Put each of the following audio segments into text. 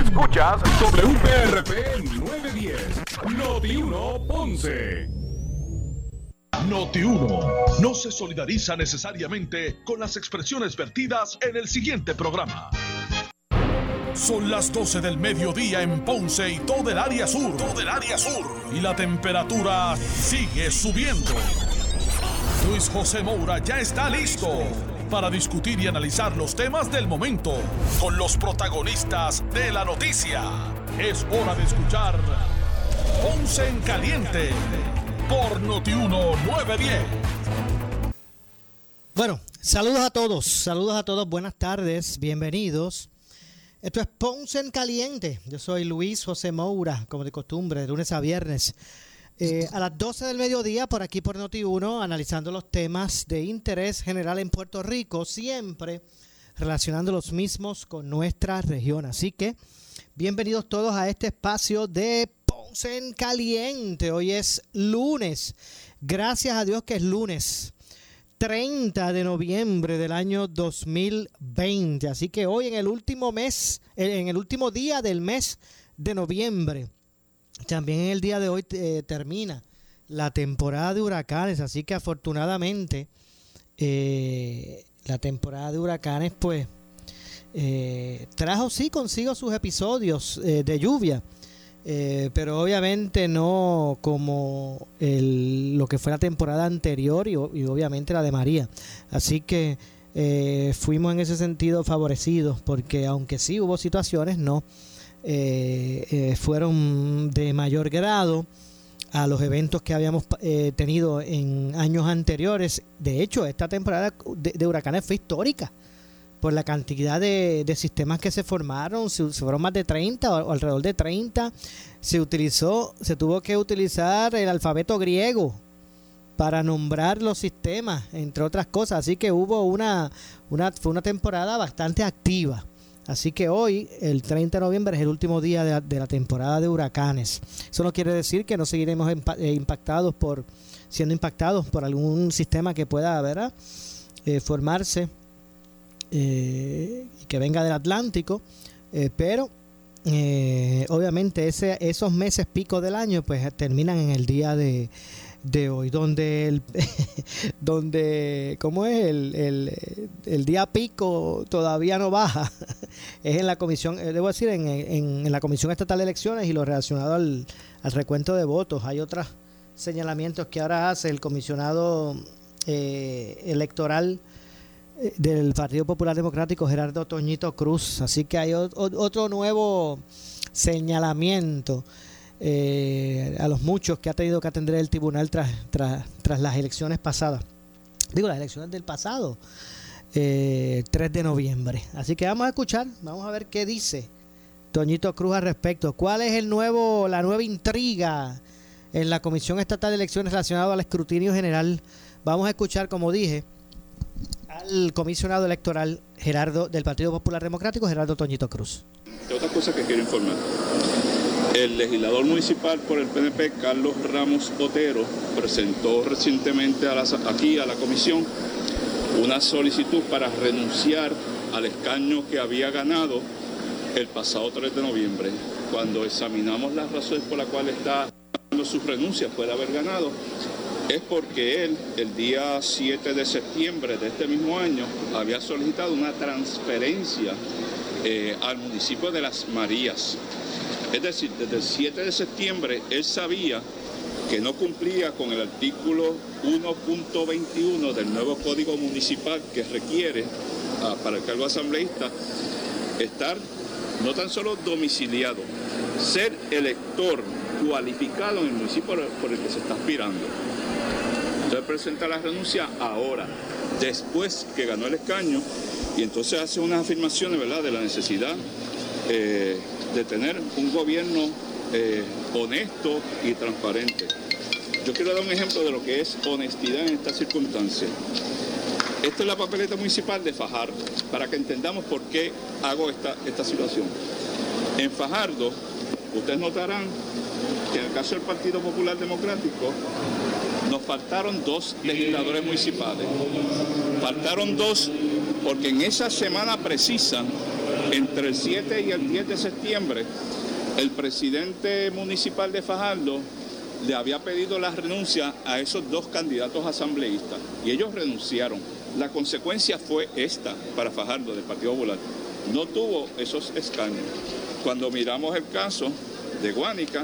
Escuchas WPRP 910, Noti1 Ponce. Noti1 no se solidariza necesariamente con las expresiones vertidas en el siguiente programa. Son las 12 del mediodía en Ponce y todo el área sur. Y la temperatura sigue subiendo. Luis José Moura ya está listo para discutir y analizar los temas del momento con los protagonistas de la noticia. Es hora de escuchar Ponce en Caliente por Noti1 910. Bueno, saludos a todos, buenas tardes, bienvenidos. Esto es Ponce en Caliente. Yo soy Luis José Moura, como de costumbre, de lunes a viernes. A las 12 del mediodía, por aquí por Noti1, analizando los temas de interés general en Puerto Rico, siempre relacionando los mismos con nuestra región. Así que, bienvenidos todos a este espacio de Ponce en Caliente. Hoy es lunes. Gracias a Dios que es lunes. 30 de noviembre del año 2020. Así que hoy en el último día del mes de noviembre, también en el día de hoy termina la temporada de huracanes. Así que afortunadamente la temporada de huracanes pues trajo consigo sus episodios de lluvia. Pero obviamente no como lo que fue la temporada anterior y obviamente la de María. Así que fuimos en ese sentido favorecidos, porque aunque sí hubo situaciones, no fueron de mayor grado a los eventos que habíamos tenido en años anteriores. De hecho, esta temporada de huracanes fue histórica por la cantidad de sistemas que se formaron. Se fueron más de 30 o alrededor de 30. Se tuvo que utilizar el alfabeto griego para nombrar los sistemas, entre otras cosas. Así que hubo fue una temporada bastante activa. Así que hoy, el 30 de noviembre, es el último día de la temporada de huracanes. Eso no quiere decir que no seguiremos siendo impactados por algún sistema que pueda, ¿verdad?, formarse y que venga del Atlántico, pero obviamente esos meses pico del año pues terminan en el día de hoy, donde ¿cómo es? El día pico todavía no baja. Es en la comisión, en la Comisión Estatal de Elecciones y lo relacionado al recuento de votos. Hay otros señalamientos que ahora hace el comisionado electoral del Partido Popular Democrático, Gerardo Toñito Cruz. Así que hay otro nuevo señalamiento a los muchos que ha tenido que atender el tribunal tras las elecciones pasadas. Las elecciones del pasado 3 de noviembre. Así que vamos a ver qué dice Toñito Cruz al respecto. ¿Cuál es la nueva intriga en la Comisión Estatal de Elecciones relacionada al escrutinio general? Vamos a escuchar, como dije, al comisionado electoral del Partido Popular Democrático, Gerardo Toñito Cruz. Otra cosa que quiero informar. El legislador municipal por el PNP, Carlos Ramos Otero, presentó recientemente aquí a la comisión una solicitud para renunciar al escaño que había ganado el pasado 3 de noviembre. Cuando examinamos las razones por las cuales está dando su renuncia, puede haber ganado, es porque él, el día 7 de septiembre de este mismo año, había solicitado una transferencia al municipio de Las Marías. Es decir, desde el 7 de septiembre él sabía que no cumplía con el artículo 1.21 del nuevo Código Municipal que requiere para el cargo asambleísta estar no tan solo domiciliado, ser elector cualificado en el municipio por el que se está aspirando. Entonces presenta la renuncia ahora, después que ganó el escaño, y entonces hace unas afirmaciones, ¿verdad?, de la necesidad de tener un gobierno honesto y transparente. Yo quiero dar un ejemplo de lo que es honestidad en esta circunstancia. Esta es la papeleta municipal de Fajardo, para que entendamos por qué hago esta situación. En Fajardo, ustedes notarán que en el caso del Partido Popular Democrático, nos faltaron 2 legisladores municipales. Faltaron 2 porque en esa semana precisa Entre el 7 y el 10 de septiembre, el presidente municipal de Fajardo le había pedido la renuncia a esos dos candidatos asambleístas y ellos renunciaron. La consecuencia fue esta para Fajardo del Partido Popular. No tuvo esos escaños. Cuando miramos el caso de Guánica,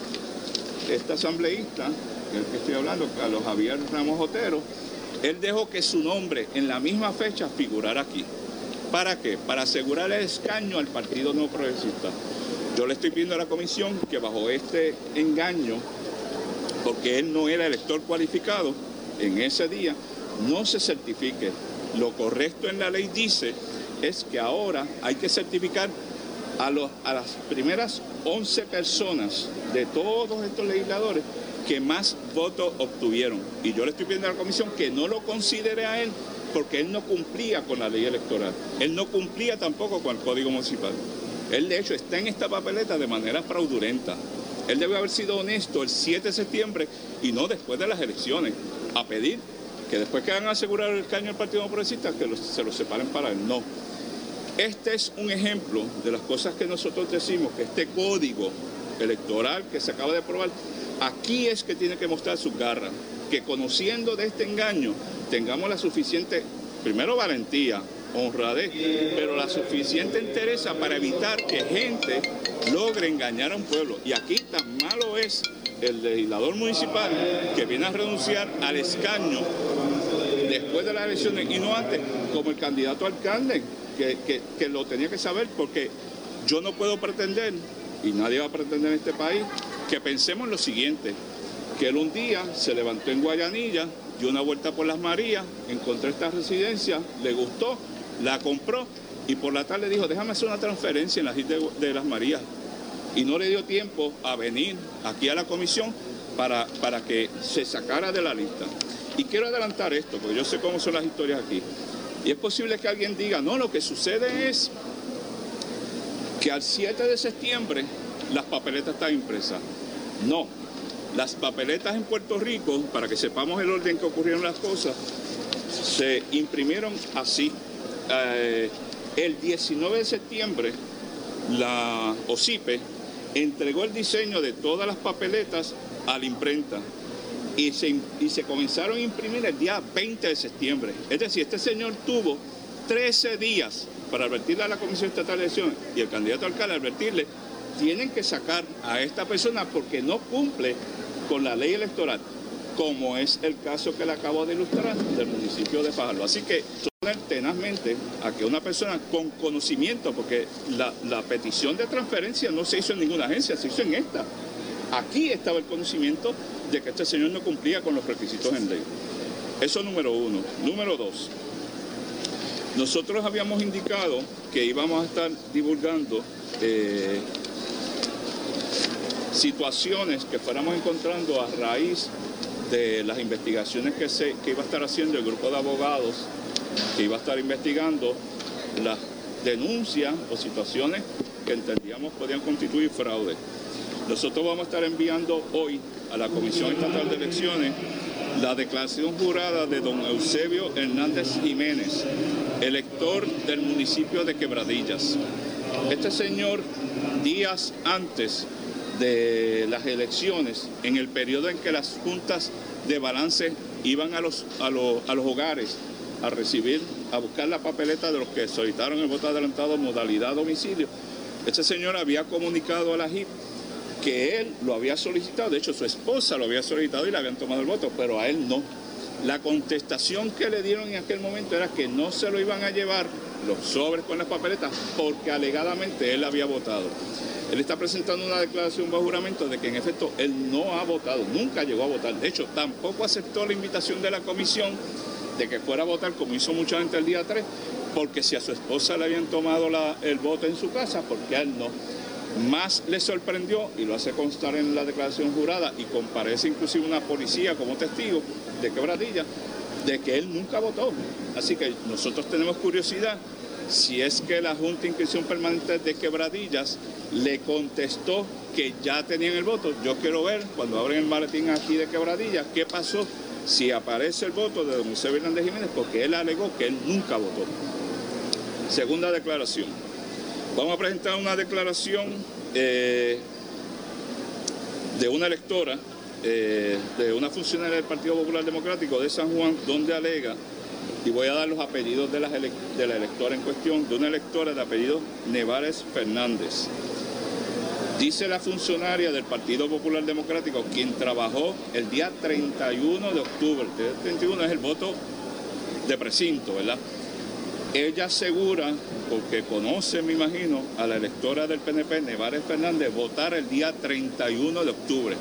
este asambleísta, del que estoy hablando, Carlos Javier Ramos Otero, él dejó que su nombre en la misma fecha figurara aquí. ¿Para qué? Para asegurar el escaño al Partido No Progresista. Yo le estoy pidiendo a la comisión que bajo este engaño, porque él no era elector cualificado en ese día, no se certifique. Lo correcto en la ley dice es que ahora hay que certificar a las primeras 11 personas de todos estos legisladores que más votos obtuvieron. Y yo le estoy pidiendo a la comisión que no lo considere a él porque él no cumplía con la ley electoral. Él no cumplía tampoco con el Código Municipal. Él, de hecho, está en esta papeleta de manera fraudulenta. Él debe haber sido honesto el 7 de septiembre y no después de las elecciones, a pedir que después que van a asegurar el escaño del Partido Progresista, que se lo separen para él. No. Este es un ejemplo de las cosas que nosotros decimos, que este código electoral que se acaba de aprobar, aquí es que tiene que mostrar sus garras, que conociendo de este engaño tengamos la suficiente, primero valentía, honradez, pero la suficiente entereza para evitar que gente logre engañar a un pueblo. Y aquí tan malo es el legislador municipal que viene a renunciar al escaño después de las elecciones y no antes, como el candidato a alcalde, que lo tenía que saber, porque yo no puedo pretender, y nadie va a pretender en este país, que pensemos en lo siguiente, que él un día se levantó en Guayanilla, dio una vuelta por Las Marías, encontró esta residencia, le gustó, la compró y por la tarde dijo, déjame hacer una transferencia en la isla de Las Marías. Y no le dio tiempo a venir aquí a la comisión para que se sacara de la lista. Y quiero adelantar esto, porque yo sé cómo son las historias aquí. Y es posible que alguien diga, no, lo que sucede es que al 7 de septiembre las papeletas están impresas. No, las papeletas en Puerto Rico, para que sepamos el orden que ocurrieron las cosas, se imprimieron así. El 19 de septiembre, la OSIPE entregó el diseño de todas las papeletas a la imprenta y se comenzaron a imprimir el día 20 de septiembre. Es decir, este señor tuvo 13 días para advertirle a la Comisión Estatal de Elecciones y el candidato alcalde advertirle, tienen que sacar a esta persona porque no cumple con la ley electoral, como es el caso que le acabo de ilustrar del municipio de Fajardo. Así que poner tenazmente a que una persona con conocimiento, porque la petición de transferencia no se hizo en ninguna agencia, se hizo en esta. Aquí estaba el conocimiento de que este señor no cumplía con los requisitos en ley. Eso número uno. Número dos, nosotros habíamos indicado que íbamos a estar divulgando situaciones que fuéramos encontrando a raíz de las investigaciones que iba a estar haciendo el grupo de abogados, que iba a estar investigando las denuncias o situaciones que entendíamos podían constituir fraude. Nosotros vamos a estar enviando hoy a la Comisión Estatal de Elecciones la declaración jurada de don Eusebio Hernández Jiménez, elector del municipio de Quebradillas. Este señor, días antes de las elecciones, en el periodo en que las juntas de balance iban a los hogares a buscar la papeleta de los que solicitaron el voto adelantado modalidad domicilio, este señor había comunicado a la JIP que él lo había solicitado, de hecho su esposa lo había solicitado y le habían tomado el voto, pero a él no. La contestación que le dieron en aquel momento era que no se lo iban a llevar los sobres con las papeletas porque alegadamente él había votado. Él está presentando una declaración bajo juramento de que en efecto él no ha votado, nunca llegó a votar. De hecho, tampoco aceptó la invitación de la comisión de que fuera a votar como hizo mucha gente el día 3, porque si a su esposa le habían tomado el voto en su casa, porque a él no. Más le sorprendió, y lo hace constar en la declaración jurada, y comparece inclusive una policía como testigo de Quebradilla, de que él nunca votó. Así que nosotros tenemos curiosidad si es que la Junta de Inscripción Permanente de Quebradillas le contestó que ya tenían el voto. Yo quiero ver, cuando abren el maletín aquí de Quebradillas, qué pasó si aparece el voto de don Eusebio Hernández Jiménez, porque él alegó que él nunca votó. Segunda declaración. Vamos a presentar una declaración de una electora, de una funcionaria del Partido Popular Democrático de San Juan, donde alega, y voy a dar los apellidos de la electora en cuestión, de una electora de apellido Nevares Fernández. Dice la funcionaria del Partido Popular Democrático, quien trabajó el día 31 de octubre, el 31 es el voto de precinto, ¿verdad? Ella asegura, porque conoce, me imagino, a la electora del PNP, Nevares Fernández, votar el día 31 de octubre.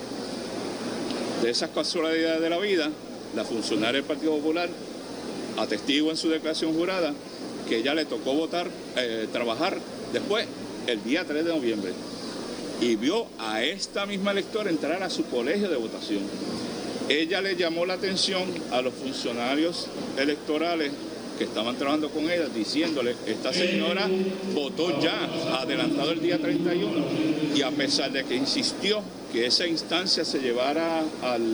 De esas casualidades de la vida, la funcionaria del Partido Popular atestigua en su declaración jurada que ella le tocó trabajar después, el día 3 de noviembre, y vio a esta misma electora entrar a su colegio de votación. Ella le llamó la atención a los funcionarios electorales que estaban trabajando con ella, diciéndole, esta señora votó ya, adelantado el día 31, y a pesar de que insistió que esa instancia se llevara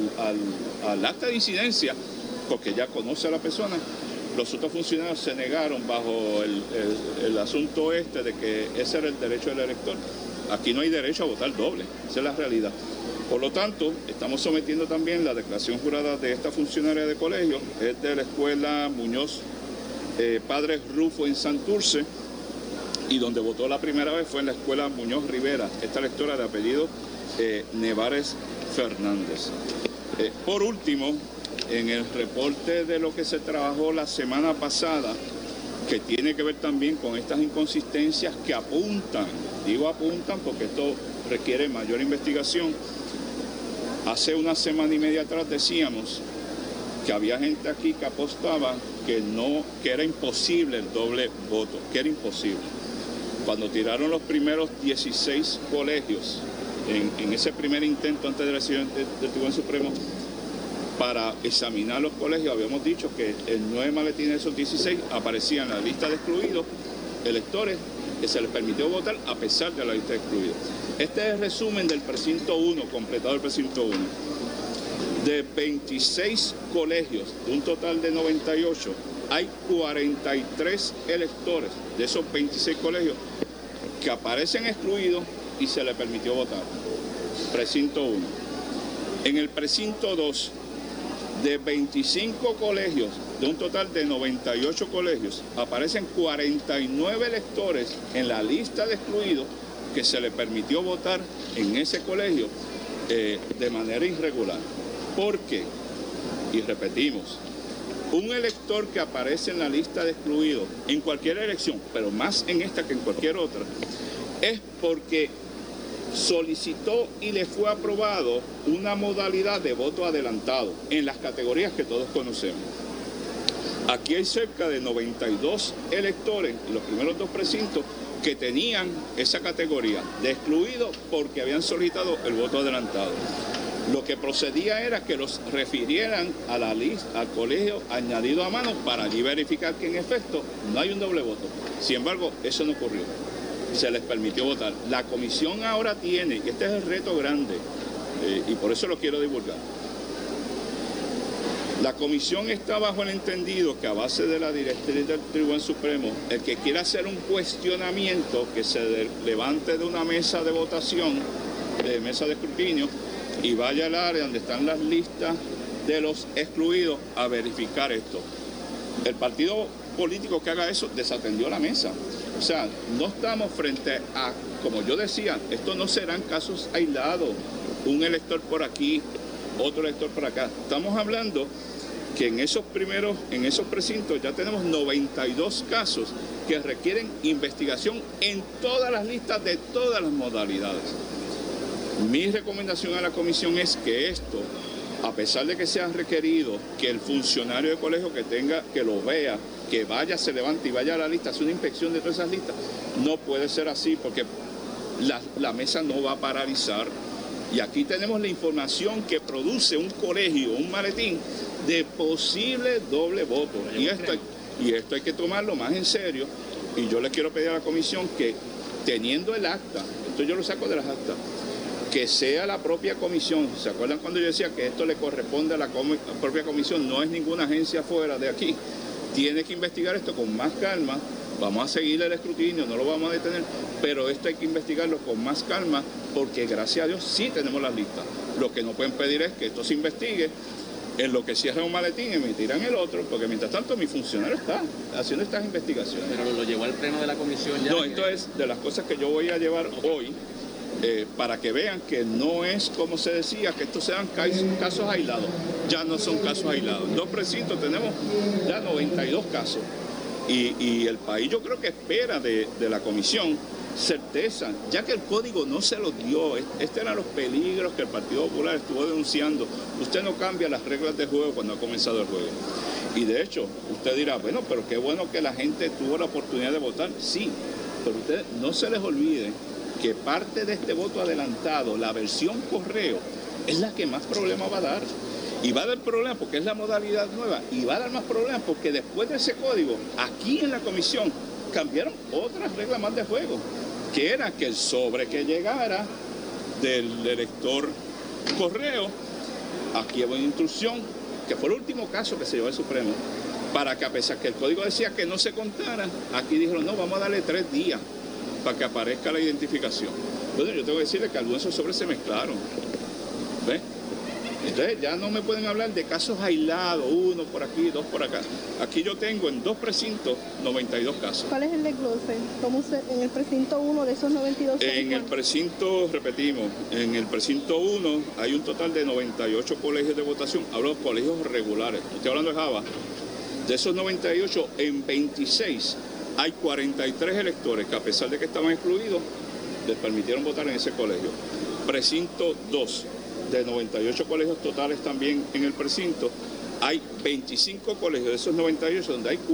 al acta de incidencia, porque ya conoce a la persona, los otros funcionarios se negaron bajo el asunto de que ese era el derecho del elector. Aquí no hay derecho a votar doble, esa es la realidad. Por lo tanto, estamos sometiendo también la declaración jurada de esta funcionaria de colegio, es de la escuela Muñoz Padre Rufo en Santurce, y donde votó la primera vez fue en la escuela Muñoz Rivera, esta electora de apellido Nevares Fernández. Por último, en el reporte de lo que se trabajó la semana pasada, que tiene que ver también con estas inconsistencias que apuntan, digo apuntan porque esto requiere mayor investigación. Hace una semana y media atrás decíamos que había gente aquí que apostaba que era imposible el doble voto, que era imposible. Cuando tiraron los primeros 16 colegios, en ese primer intento antes de la decisión del Tribunal Supremo, para examinar los colegios, habíamos dicho que en 9 maletines de esos 16 aparecían en la lista de excluidos electores que se les permitió votar a pesar de la lista de excluidos. Este es el resumen del precinto 1, completado el precinto 1. De 26 colegios, de un total de 98, hay 43 electores de esos 26 colegios que aparecen excluidos y se les permitió votar. Precinto 1. En el precinto 2, de 25 colegios, de un total de 98 colegios, aparecen 49 electores en la lista de excluidos que se les permitió votar en ese colegio de manera irregular. ¿Por qué? Y repetimos, un elector que aparece en la lista de excluidos en cualquier elección, pero más en esta que en cualquier otra, es porque solicitó y le fue aprobado una modalidad de voto adelantado en las categorías que todos conocemos. Aquí hay cerca de 92 electores en los primeros 2 precintos que tenían esa categoría de excluidos porque habían solicitado el voto adelantado. Lo que procedía era que los refirieran a la lista, al colegio añadido a mano para allí verificar que en efecto no hay un doble voto. Sin embargo, eso no ocurrió. Se les permitió votar. La comisión ahora tiene, y este es el reto grande, y por eso lo quiero divulgar. La comisión está bajo el entendido que a base de la directriz del Tribunal Supremo, el que quiera hacer un cuestionamiento que se levante de una mesa de votación, de mesa de escrutinio, y vaya al área donde están las listas de los excluidos a verificar esto. El partido político que haga eso desatendió la mesa. O sea, no estamos frente a, como yo decía, estos no serán casos aislados, un elector por aquí, otro elector por acá. Estamos hablando que en esos precintos ya tenemos 92 casos que requieren investigación en todas las listas de todas las modalidades. Mi recomendación a la comisión es que esto, a pesar de que sea requerido que el funcionario de colegio que lo vea, que vaya, se levante y vaya a la lista, hace una inspección de todas esas listas, no puede ser así porque la mesa no va a paralizar. Y aquí tenemos la información que produce un colegio, un maletín, de posible doble voto. Y esto hay que tomarlo más en serio. Y yo le quiero pedir a la comisión que, teniendo el acta, esto yo lo saco de las actas, que sea la propia comisión. ¿Se acuerdan cuando yo decía que esto le corresponde a la propia comisión? No es ninguna agencia fuera de aquí. Tiene que investigar esto con más calma vamos a seguir el escrutinio, no lo vamos a detener, pero esto hay que investigarlo con más calma, porque gracias a Dios sí tenemos las listas. Lo que no pueden pedir es que esto se investigue, en lo que cierran un maletín y me tiran el otro, porque mientras tanto mi funcionario está haciendo estas investigaciones. Pero lo llevó al pleno de la comisión ya. No, esto es de las cosas que yo voy a llevar hoy, para que vean que no es como se decía, que estos sean casos aislados. Ya no son casos aislados. En 2 precintos tenemos ya 92 casos. Y el país yo creo que espera de la comisión certeza, ya que el código no se los dio. Estos eran los peligros que el Partido Popular estuvo denunciando. Usted no cambia las reglas de juego cuando ha comenzado el juego. Y de hecho, usted dirá, bueno, pero qué bueno que la gente tuvo la oportunidad de votar. Sí, pero usted no se les olvide que parte de este voto adelantado, la versión correo, es la que más problemas va a dar. Y va a dar problemas porque es la modalidad nueva. Y va a dar más problemas porque después de ese código, aquí en la comisión, cambiaron otras reglas más de juego, que era que el sobre que llegara del elector correo, aquí hubo una instrucción, que fue el último caso que se llevó al Supremo, para que a pesar que el código decía que no se contara, aquí dijeron, no, vamos a darle 3 días para que aparezca la identificación. Bueno, yo tengo que decirle que algunos de esos sobres se mezclaron. ¿Ves? Entonces ya no me pueden hablar de casos aislados, 1 por aquí, 2 por acá. Aquí yo tengo en 2 precintos 92 casos. ¿Cuál es el desglose? En el precinto 1 de esos 92? En el precinto, repetimos, en el precinto 1 hay un total de 98 colegios de votación. Hablo de colegios regulares. Estoy hablando de Java. De esos 98, en 26 hay 43 electores que, a pesar de que estaban excluidos, les permitieron votar en ese colegio. Precinto 2, de 98 colegios totales también en el precinto, hay 25 colegios de esos 98 donde hay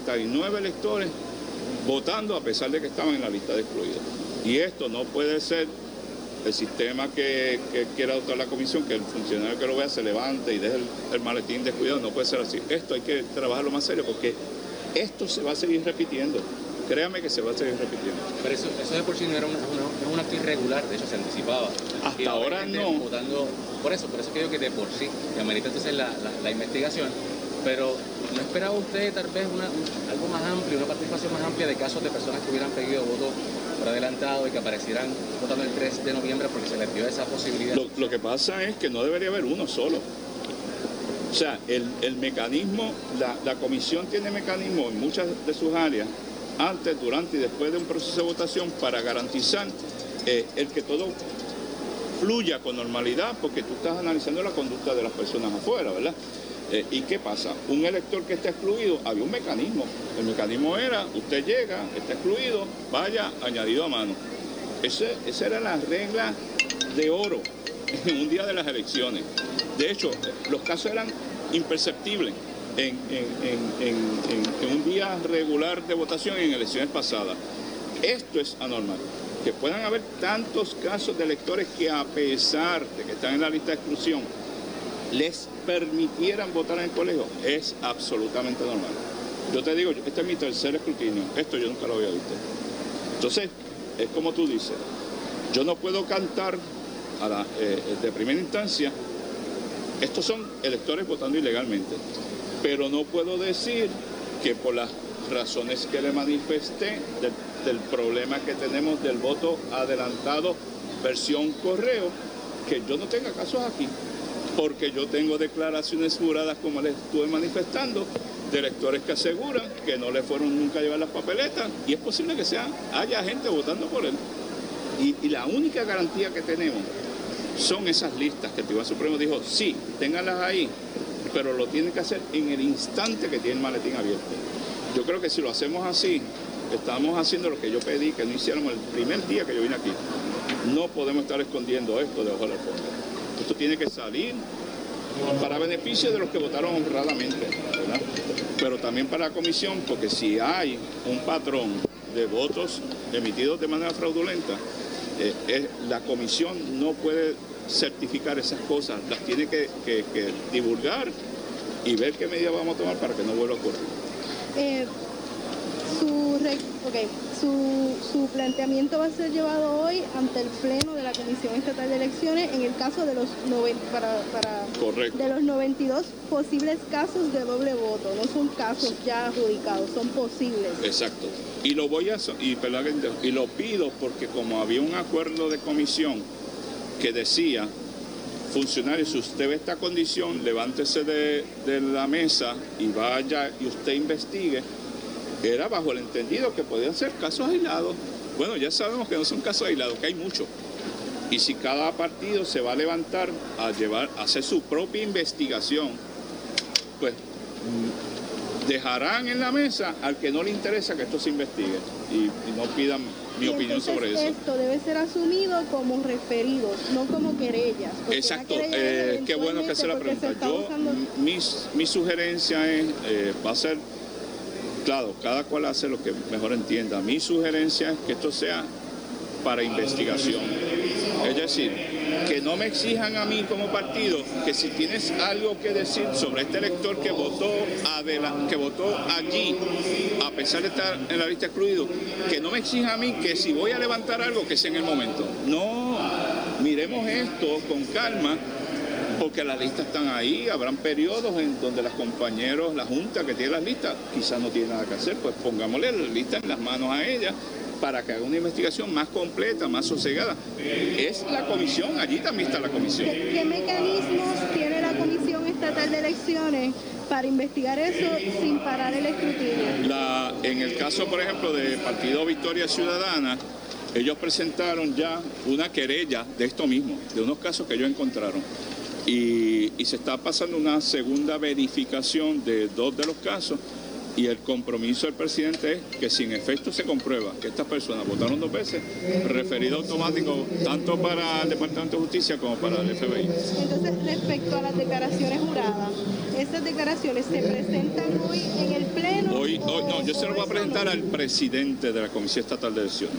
49 electores votando a pesar de que estaban en la lista de excluidos. Y esto no puede ser el sistema que quiera adoptar la comisión, que el funcionario que lo vea se levante y deje el maletín descuidado. No puede ser así. Esto hay que trabajarlo más serio porque esto se va a seguir repitiendo. Créame que se va a seguir repitiendo. Pero eso de por sí no era un acto irregular, de hecho se anticipaba. Hasta ahora no. Votando, por eso que digo que de por sí, que amerita entonces la investigación, pero ¿no esperaba usted tal vez algo más amplio, una participación más amplia de casos de personas que hubieran pedido voto por adelantado y que aparecieran votando el 3 de noviembre porque se les dio esa posibilidad? Lo que pasa es que no debería haber uno solo. O sea, el mecanismo, la comisión tiene mecanismos en muchas de sus áreas, antes, durante y después de un proceso de votación, para garantizar el que todo fluya con normalidad, porque tú estás analizando la conducta de las personas afuera, ¿verdad? ¿Y qué pasa? Un elector que está excluido, había un mecanismo. El mecanismo era, usted llega, está excluido, vaya, añadido a mano. Esa era la regla de oro en un día de las elecciones. De hecho, los casos eran imperceptibles en un día regular de votación en elecciones pasadas. Esto es anormal. Que puedan haber tantos casos de electores que, a pesar de que están en la lista de exclusión, les permitieran votar en el colegio, es absolutamente normal. Yo te digo, este es mi 3er escrutinio, esto yo nunca lo había visto. Entonces, es como tú dices, yo no puedo cantar de primera instancia, estos son electores votando ilegalmente, pero no puedo decir que por las razones que le manifesté del problema que tenemos del voto adelantado versión correo, que yo no tenga casos aquí, porque yo tengo declaraciones juradas, como les estuve manifestando, de electores que aseguran que no le fueron nunca a llevar las papeletas, y es posible que haya gente votando por él. Y la única garantía que tenemos son esas listas que el Tribunal Supremo dijo, sí, ténganlas ahí, pero lo tienen que hacer en el instante que tiene el maletín abierto. Yo creo que si lo hacemos así, estamos haciendo lo que yo pedí que no hiciéramos el primer día que yo vine aquí. No podemos estar escondiendo esto debajo de la alfombra. Esto tiene que salir para beneficio de los que votaron honradamente, ¿verdad? Pero también para la comisión, porque si hay un patrón de votos emitidos de manera fraudulenta, la comisión no puede certificar esas cosas, las tiene que divulgar y ver qué medidas vamos a tomar para que no vuelva a ocurrir. Su Correcto, ok. Su planteamiento va a ser llevado hoy ante el Pleno de la Comisión Estatal de Elecciones en el caso de los de los 92 posibles casos de doble voto. No son casos ya adjudicados, son posibles. Exacto. Y lo voy a y lo pido porque como había un acuerdo de comisión que decía, funcionario, si usted ve esta condición, levántese de la mesa y vaya y usted investigue. Era bajo el entendido que podían ser casos aislados. Bueno, ya sabemos que no son casos aislados, que hay muchos. Y si cada partido se va a levantar a hacer su propia investigación, pues dejarán en la mesa al que no le interesa que esto se investigue y no pidan mi opinión sobre eso. Esto debe ser asumido como referidos, no como querellas. Exacto, qué bueno que hace la pregunta. Mi sugerencia es, va a ser, claro, cada cual hace lo que mejor entienda. Mi sugerencia es que esto sea para investigación. Es decir, que no me exijan a mí como partido que si tienes algo que decir sobre este elector que votó allí, a pesar de estar en la lista excluido, que no me exijan a mí que si voy a levantar algo que sea en el momento. No, miremos esto con calma, porque las listas están ahí, habrán periodos en donde los compañeros, la Junta que tiene las listas, quizás no tiene nada que hacer, pues pongámosle la lista en las manos a ella para que haga una investigación más completa, más sosegada. Es la comisión, allí también está la comisión. ¿Qué mecanismos tiene la Comisión Estatal de Elecciones para investigar eso sin parar el escrutinio? En el caso, por ejemplo, del Partido Victoria Ciudadana, ellos presentaron ya una querella de esto mismo, de unos casos que ellos encontraron. Y se está pasando una segunda verificación de 2 de los casos. Y el compromiso del presidente es que si en efecto se comprueba que estas personas votaron 2 veces, referido automático tanto para el Departamento de Justicia como para el FBI. Entonces, respecto a las declaraciones juradas, ¿esas declaraciones se presentan hoy en el Pleno? Hoy no, yo se lo voy a presentar al presidente de la Comisión Estatal de Elecciones.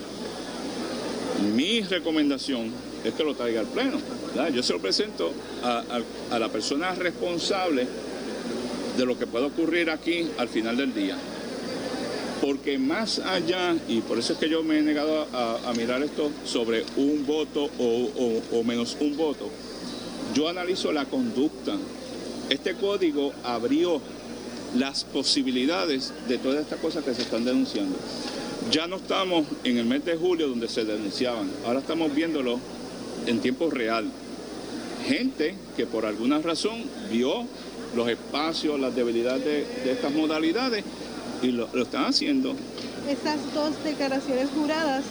Mi recomendación es que lo traiga al Pleno, ¿verdad? Yo se lo presento a la persona responsable de lo que puede ocurrir aquí al final del día. Porque más allá, y por eso es que yo me he negado a mirar esto sobre un voto o menos un voto, yo analizo la conducta. Este código abrió las posibilidades de todas estas cosas que se están denunciando. Ya no estamos en el mes de julio donde se denunciaban, ahora estamos viéndolo en tiempo real. Gente que por alguna razón vio los espacios, las debilidades de estas modalidades y lo están haciendo. Esas 2 declaraciones juradas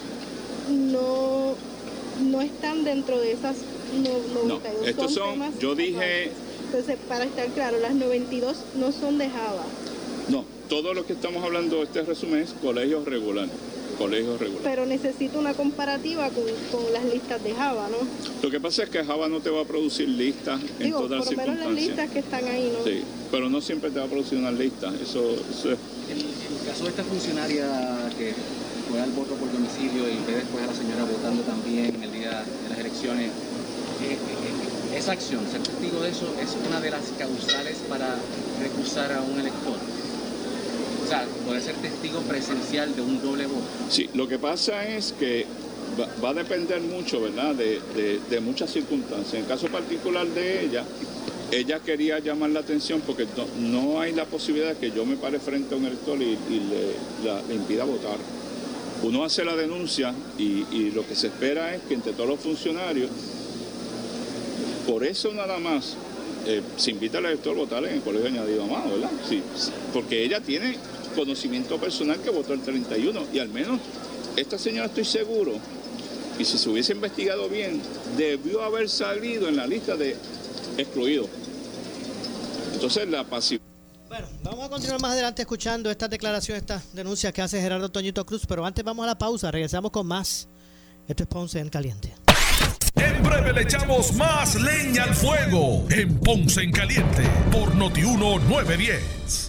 no están dentro de esas 92. No, estos son, yo dije... Entonces, para estar claro, las 92 no son de Java. No, todo lo que estamos hablando, este resumen es colegios regulares. Pero necesito una comparativa con las listas de Java, ¿no? Lo que pasa es que Java no te va a producir listas en todas las circunstancias. Por lo menos las listas que están ahí, ¿no? Sí, pero no siempre te va a producir una lista. Eso es... El caso de esta funcionaria que fue al voto por domicilio y ve después a la señora votando también el día de las elecciones, esa acción, ser testigo de eso, es una de las causales para recusar a un elector. O sea, poder ser testigo presencial de un doble voto. Sí, lo que pasa es que va a depender mucho, ¿verdad?, de muchas circunstancias. En el caso particular de ella quería llamar la atención porque no hay la posibilidad de que yo me pare frente a un elector y le impida votar. Uno hace la denuncia y lo que se espera es que entre todos los funcionarios, por eso nada más, se invita al elector a votar en el colegio añadido a mano, ¿verdad? Sí, porque ella tiene conocimiento personal que votó el 31 y al menos esta señora, estoy seguro, y si se hubiese investigado bien, debió haber salido en la lista de excluidos. Entonces la pasividad. Bueno, vamos a continuar más adelante escuchando estas declaraciones, estas denuncias que hace Gerardo Toñito Cruz, pero antes vamos a la pausa, regresamos con más. Esto es Ponce en Caliente. En breve le echamos más leña al fuego en Ponce en Caliente por Noti1 910.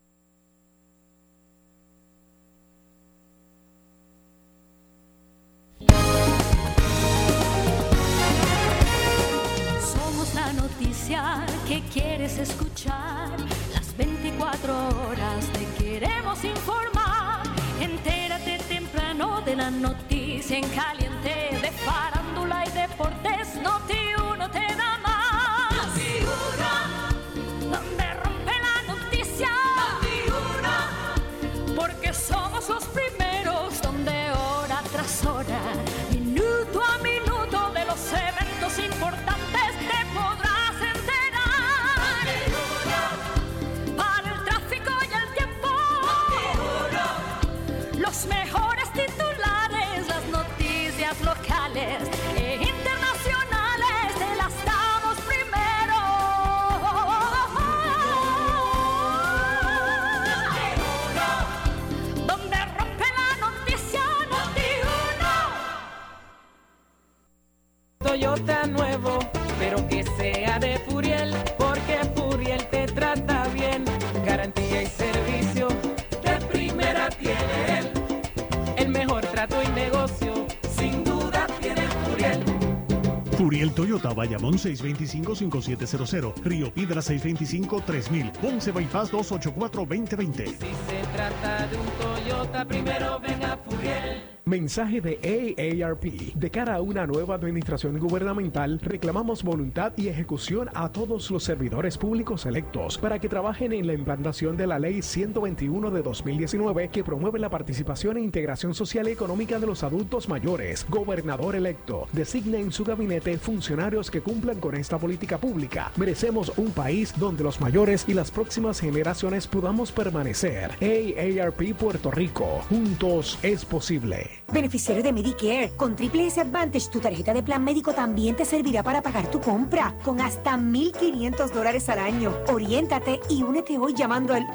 Somos la noticia que quieres escuchar. Las 24 horas te queremos informar. noticia en caliente de farándula y deportes, Noti1 te da más. Noti1, donde rompe la noticia. Noti1, porque somos los primeros, donde hora tras hora, minuto a minuto de los eventos importantes te podrás enterar. Noti1, para el tráfico y el tiempo. Noti1, los mejores titulares, las noticias locales e internacionales, te las damos primero. Noti1, donde rompe la noticia. Noti1. Toyota nuevo, pero que sea de Furiel, porque Furiel te trata bien. Garantía y servicio de primera tiene él. El mejor trato y negocio, sin duda tiene Furiel. Furiel Toyota, Bayamón 625-5700, Río Piedra 625-3000, Ponce Bypass 284-2020. Si se trata de un Toyota, primero ven a Furiel. Mensaje de AARP. De cara a una nueva administración gubernamental, reclamamos voluntad y ejecución a todos los servidores públicos electos para que trabajen en la implantación de la Ley 121 de 2019 que promueve la participación e integración social y económica de los adultos mayores. Gobernador electo, designa en su gabinete funcionarios que cumplan con esta política pública. Merecemos un país donde los mayores y las próximas generaciones podamos permanecer. AARP Puerto Rico. Juntos es posible. Beneficiario de Medicare, con Triple S Advantage, tu tarjeta de plan médico también te servirá para pagar tu compra, con hasta $1,500 al año. Oriéntate y únete hoy llamando al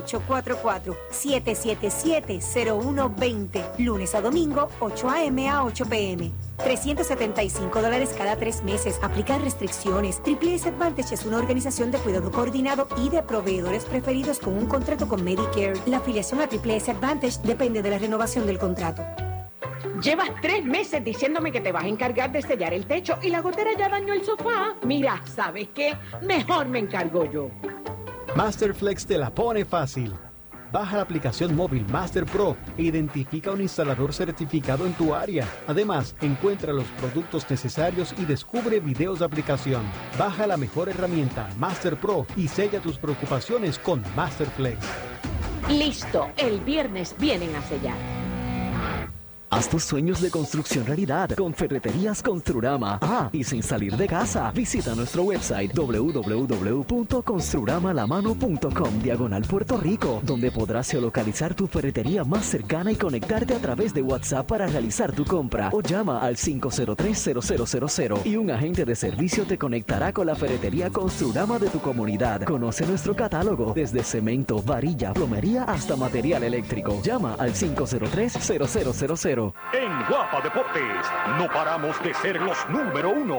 1844-777-0120, lunes a domingo, 8 a.m. a 8 p.m. $375 cada 3 meses. Aplican restricciones. Triple S Advantage es una organización de cuidado coordinado y de proveedores preferidos con un contrato con Medicare. La afiliación a Triple S Advantage depende de la renovación del contrato. Llevas 3 meses diciéndome que te vas a encargar de sellar el techo y la gotera ya dañó el sofá. Mira, ¿sabes qué? Mejor me encargo yo. Masterflex te la pone fácil. Baja la aplicación móvil Master Pro e identifica un instalador certificado en tu área. Además, encuentra los productos necesarios y descubre videos de aplicación. Baja la mejor herramienta Master Pro y sella tus preocupaciones con Masterflex. Listo, el viernes vienen a sellar. Haz tus sueños de construcción realidad con Ferreterías Construrama. Y sin salir de casa, visita nuestro website www.construramalamano.com/Puerto Rico, donde podrás geolocalizar tu ferretería más cercana y conectarte a través de WhatsApp para realizar tu compra. O llama al 503-0000 y un agente de servicio te conectará con la Ferretería Construrama de tu comunidad. Conoce nuestro catálogo, desde cemento, varilla, plomería hasta material eléctrico. Llama al 503-0000. En Guapa Deportes no paramos de ser los número 1.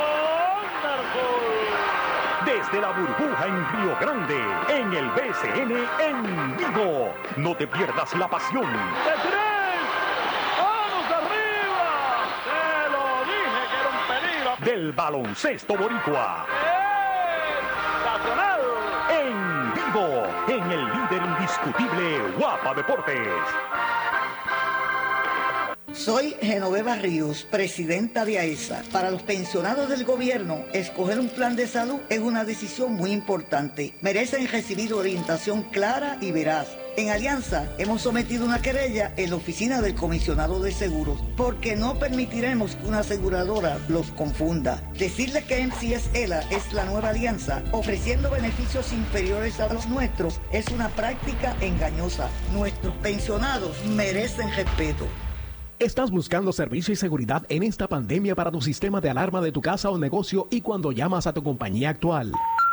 Desde la burbuja en Río Grande, en el BCN en vivo. No te pierdas la pasión. ¡De 3! ¡Vamos arriba! ¡Te lo dije que era un peligro! Del baloncesto boricua. ¡Nacional! En vivo, en el líder indiscutible Guapa Deportes. Soy Genoveva Ríos, presidenta de AESA. Para los pensionados del gobierno, escoger un plan de salud es una decisión muy importante. Merecen recibir orientación clara y veraz. En Alianza hemos sometido una querella en la oficina del comisionado de seguros porque no permitiremos que una aseguradora los confunda. Decirles que MCS ELA es la nueva alianza, ofreciendo beneficios inferiores a los nuestros, es una práctica engañosa. Nuestros pensionados merecen respeto. ¿Estás buscando servicio y seguridad en esta pandemia para tu sistema de alarma de tu casa o negocio y cuando llamas a tu compañía actual?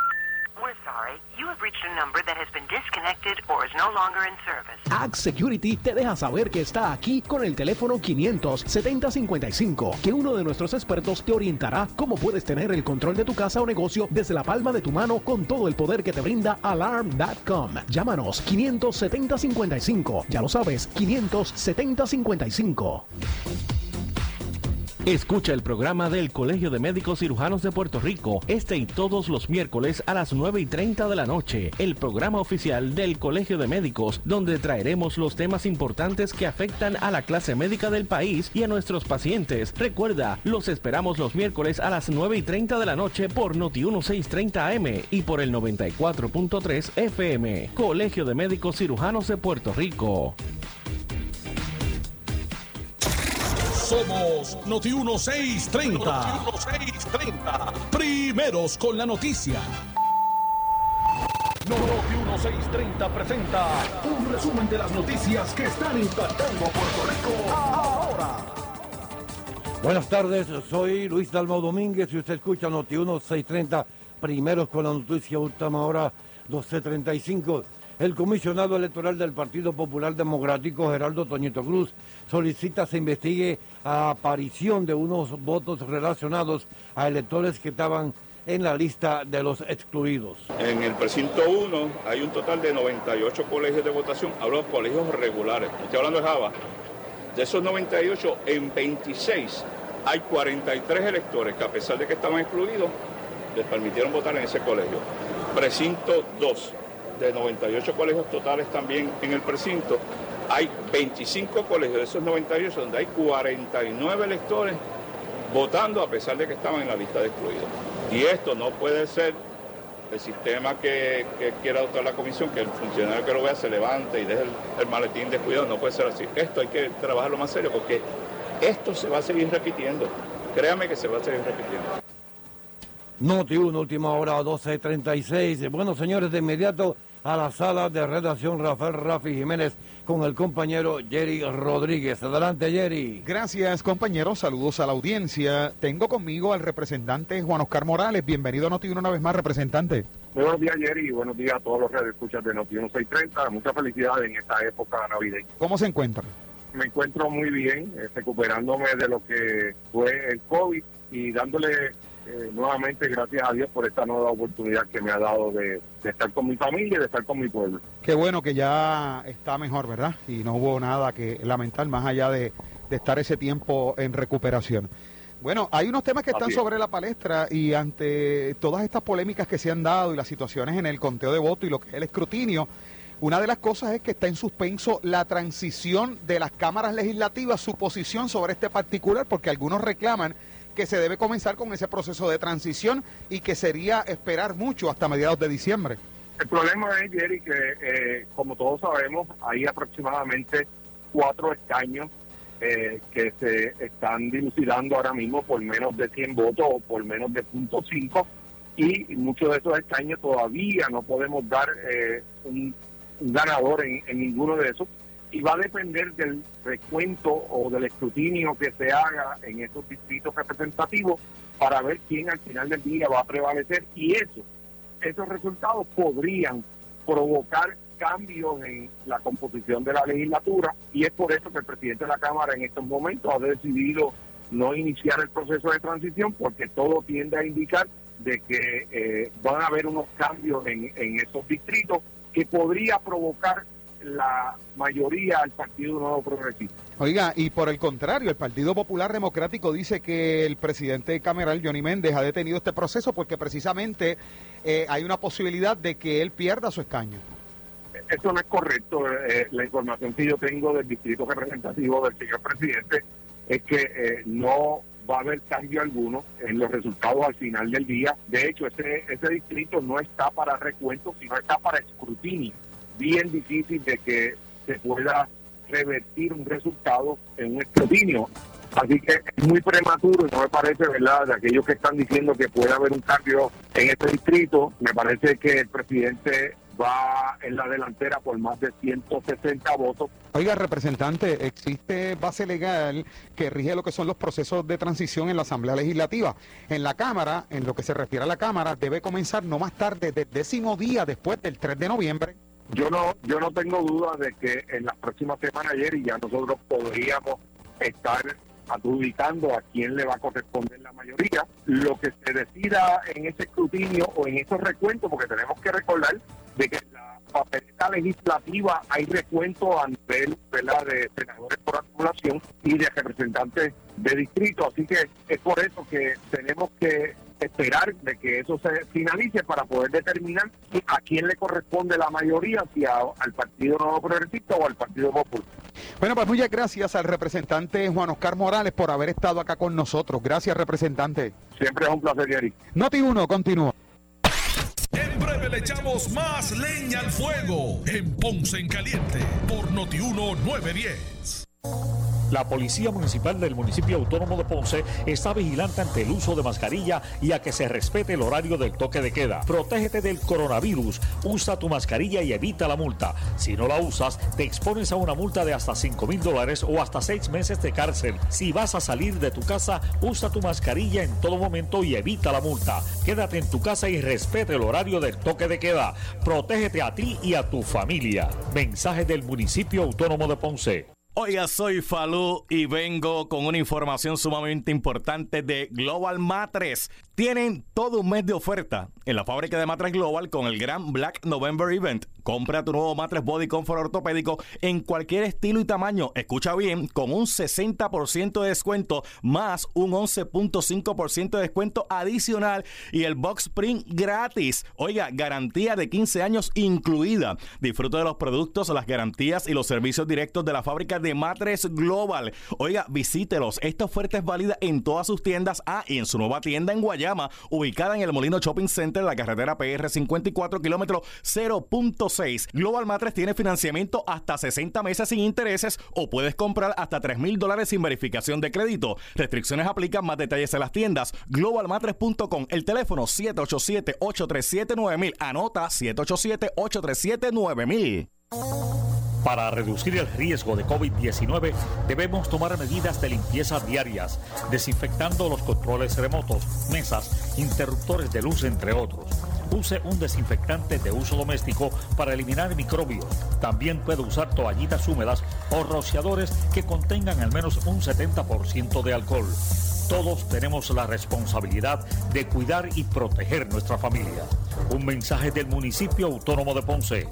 Ag Security te deja saber que está aquí con el teléfono 500-7055, que uno de nuestros expertos te orientará cómo puedes tener el control de tu casa o negocio desde la palma de tu mano con todo el poder que te brinda Alarm.com. Llámanos 500-7055, ya lo sabes, 500-7055. Escucha el programa del Colegio de Médicos Cirujanos de Puerto Rico este y todos los miércoles a las 9:30 de la noche. El programa oficial del Colegio de Médicos, donde traeremos los temas importantes que afectan a la clase médica del país y a nuestros pacientes. Recuerda, los esperamos los miércoles a las 9:30 de la noche por Noti 1630 AM y por el 94.3 FM. Colegio de Médicos Cirujanos de Puerto Rico. Somos Noti 1630. Primeros con la noticia. Noti 1630 presenta un resumen de las noticias que están impactando a Puerto Rico ahora. Buenas tardes, soy Luis Dalmau Domínguez y usted escucha Noti 1630. Primeros con la noticia, última hora 12:35. El comisionado electoral del Partido Popular Democrático, Geraldo Toñito Cruz, solicita se investigue la aparición de unos votos relacionados a electores que estaban en la lista de los excluidos. En el precinto 1 hay un total de 98 colegios de votación, hablo de colegios regulares, estoy hablando de Java. De esos 98, en 26 hay 43 electores que a pesar de que estaban excluidos, les permitieron votar en ese colegio. Precinto 2. De 98 colegios totales también en el precinto, hay 25 colegios de esos 98 donde hay 49 electores votando a pesar de que estaban en la lista de excluidos. Y esto no puede ser el sistema que quiera adoptar la comisión, que el funcionario que lo vea se levante y deje el maletín descuidado. No puede ser así. Esto hay que trabajarlo más serio porque esto se va a seguir repitiendo. Créame que se va a seguir repitiendo. Noti 1, última hora 12:36. Bueno, señores, de inmediato a la sala de redacción Rafi Jiménez con el compañero Jerry Rodríguez. Adelante, Jerry. Gracias, compañeros. Saludos a la audiencia. Tengo conmigo al representante Juan Oscar Morales. Bienvenido a Noti 1 una vez más, representante. Muy buenos días, Jerry, y buenos días a todos los radioescuchas de Noti 1630. Muchas felicidades en esta época navideña. ¿Cómo se encuentra? Me encuentro muy bien, recuperándome de lo que fue el COVID y dándole nuevamente gracias a Dios por esta nueva oportunidad que me ha dado de estar con mi familia y de estar con mi pueblo. Qué bueno que ya está mejor, ¿verdad? Y no hubo nada que lamentar más allá de estar ese tiempo en recuperación. Bueno, hay unos temas que están sobre la palestra y ante todas estas polémicas que se han dado y las situaciones en el conteo de voto y lo que es el escrutinio, una de las cosas es que está en suspenso la transición de las cámaras legislativas, su posición sobre este particular, porque algunos reclaman que se debe comenzar con ese proceso de transición y que sería esperar mucho hasta mediados de diciembre. El problema es, Jerry, que como todos sabemos, hay aproximadamente 4 escaños que se están dilucidando ahora mismo por menos de 100 votos o por menos de 0.5 y muchos de esos escaños todavía no podemos dar un ganador en ninguno de esos. Y va a depender del recuento o del escrutinio que se haga en esos distritos representativos para ver quién al final del día va a prevalecer. Y esos resultados podrían provocar cambios en la composición de la legislatura. Y es por eso que el presidente de la Cámara en estos momentos ha decidido no iniciar el proceso de transición, porque todo tiende a indicar de que van a haber unos cambios en esos distritos que podría provocar la mayoría al Partido Nuevo Progresista. Oiga, y por el contrario, el Partido Popular Democrático dice que el presidente cameral, Johnny Méndez, ha detenido este proceso porque precisamente hay una posibilidad de que él pierda su escaño. Eso no es correcto. La información que yo tengo del distrito representativo del señor presidente es que no va a haber cambio alguno en los resultados al final del día. De hecho, ese distrito no está para recuento, sino está para escrutinio. Bien difícil de que se pueda revertir un resultado en un escrutinio. Así que es muy prematuro y no me parece, ¿verdad?, de aquellos que están diciendo que puede haber un cambio en este distrito. Me parece que el presidente va en la delantera por más de 160 votos. Oiga, representante, existe base legal que rige lo que son los procesos de transición en la Asamblea Legislativa. En la Cámara, en lo que se refiere a la Cámara, debe comenzar no más tarde del 10º día después del 3 de noviembre. Yo no tengo duda de que en las próximas semanas, ayer, y ya nosotros podríamos estar adjudicando a quién le va a corresponder la mayoría. Lo que se decida en ese escrutinio o en esos recuentos, porque tenemos que recordar de que la papeleta legislativa hay recuento a nivel, ¿verdad?, de senadores por acumulación y de representantes de distrito, así que es por eso que tenemos que esperar de que eso se finalice para poder determinar a quién le corresponde la mayoría, si al Partido Nuevo Progresista o al Partido Popular. Bueno, pues muchas gracias al representante Juan Oscar Morales por haber estado acá con nosotros. Gracias, representante. Siempre es un placer, Yari. Noti1 continúa. En breve le echamos más leña al fuego en Ponce en Caliente por Noti1 910. La Policía Municipal del Municipio Autónomo de Ponce está vigilante ante el uso de mascarilla y a que se respete el horario del toque de queda. Protégete del coronavirus. Usa tu mascarilla y evita la multa. Si no la usas, te expones a una multa de hasta $5,000 o hasta 6 meses de cárcel. Si vas a salir de tu casa, usa tu mascarilla en todo momento y evita la multa. Quédate en tu casa y respete el horario del toque de queda. Protégete a ti y a tu familia. Mensaje del Municipio Autónomo de Ponce. Oiga, soy Falú y vengo con una información sumamente importante de Global Mattress. Tienen todo un mes de oferta en la fábrica de Mattress Global con el gran Black November Event. Compra tu nuevo Mattress Body Comfort ortopédico en cualquier estilo y tamaño. Escucha bien, con un 60% de descuento más un 11.5% de descuento adicional y el Box Spring gratis. Oiga, garantía de 15 años incluida. Disfruta de los productos, las garantías y los servicios directos de la fábrica de Mattress Global. Oiga, visítelos. Esta oferta es válida en todas sus tiendas y en su nueva tienda en Guayama, ubicada en el Molino Shopping Center, la carretera PR 54, kilómetro 0.6. Global Mattress tiene financiamiento hasta 60 meses sin intereses o puedes comprar hasta $3,000 sin verificación de crédito. Restricciones aplican. Más detalles en las tiendas globalmattress.com. El teléfono 787-837-9000. Anota 787-837-9000. Para reducir el riesgo de COVID-19, debemos tomar medidas de limpieza diarias, desinfectando los controles remotos, mesas, interruptores de luz, entre otros. Use un desinfectante de uso doméstico para eliminar microbios. También puede usar toallitas húmedas o rociadores que contengan al menos un 70% de alcohol. Todos tenemos la responsabilidad de cuidar y proteger nuestra familia. Un mensaje del Municipio Autónomo de Ponce.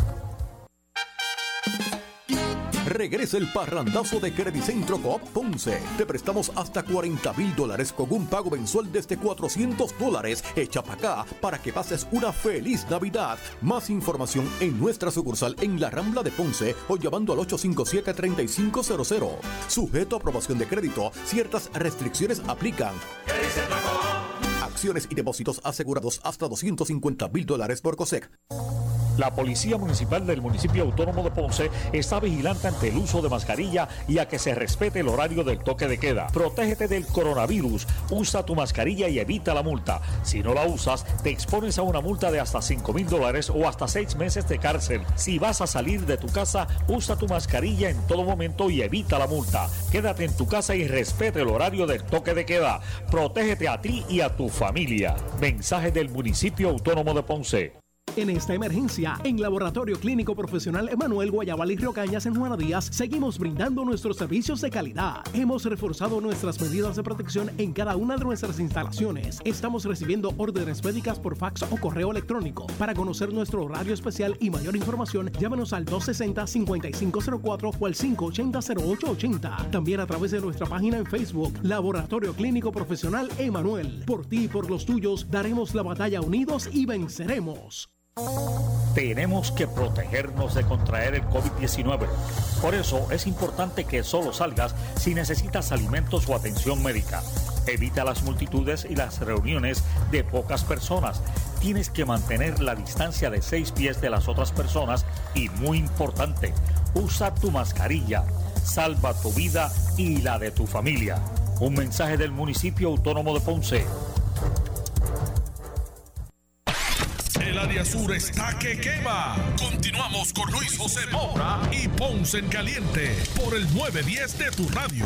Regresa el parrandazo de Credicentro Coop Ponce. Te prestamos hasta $40,000 con un pago mensual desde $400. Echa para acá para que pases una feliz Navidad. Más información en nuestra sucursal en la Rambla de Ponce o llamando al 857-3500. Sujeto a aprobación de crédito. Ciertas restricciones aplican. Acciones y depósitos asegurados hasta $250,000 por COSEC. La Policía Municipal del Municipio Autónomo de Ponce está vigilante ante el uso de mascarilla y a que se respete el horario del toque de queda. Protégete del coronavirus. Usa tu mascarilla y evita la multa. Si no la usas, te expones a una multa de hasta $5,000 o hasta 6 meses de cárcel. Si vas a salir de tu casa, usa tu mascarilla en todo momento y evita la multa. Quédate en tu casa y respete el horario del toque de queda. Protégete a ti y a tu familia. Mensaje del Municipio Autónomo de Ponce. En esta emergencia, en Laboratorio Clínico Profesional Emanuel Guayabal y Río Cañas en Juana Díaz, seguimos brindando nuestros servicios de calidad. Hemos reforzado nuestras medidas de protección en cada una de nuestras instalaciones. Estamos recibiendo órdenes médicas por fax o correo electrónico. Para conocer nuestro horario especial y mayor información, llámanos al 260-5504 o al 580-0880. También a través de nuestra página en Facebook, Laboratorio Clínico Profesional Emanuel. Por ti y por los tuyos, daremos la batalla unidos y venceremos. Tenemos que protegernos de contraer el COVID-19. Por eso es importante que solo salgas si necesitas alimentos o atención médica. Evita las multitudes y las reuniones de pocas personas. Tienes que mantener la distancia de 6 pies de las otras personas y, muy importante, usa tu mascarilla. Salva tu vida y la de tu familia. Un mensaje del Municipio Autónomo de Ponce. El área sur está que quema. Continuamos con Luis José Moura y Ponce en Caliente por el 910 de tu radio.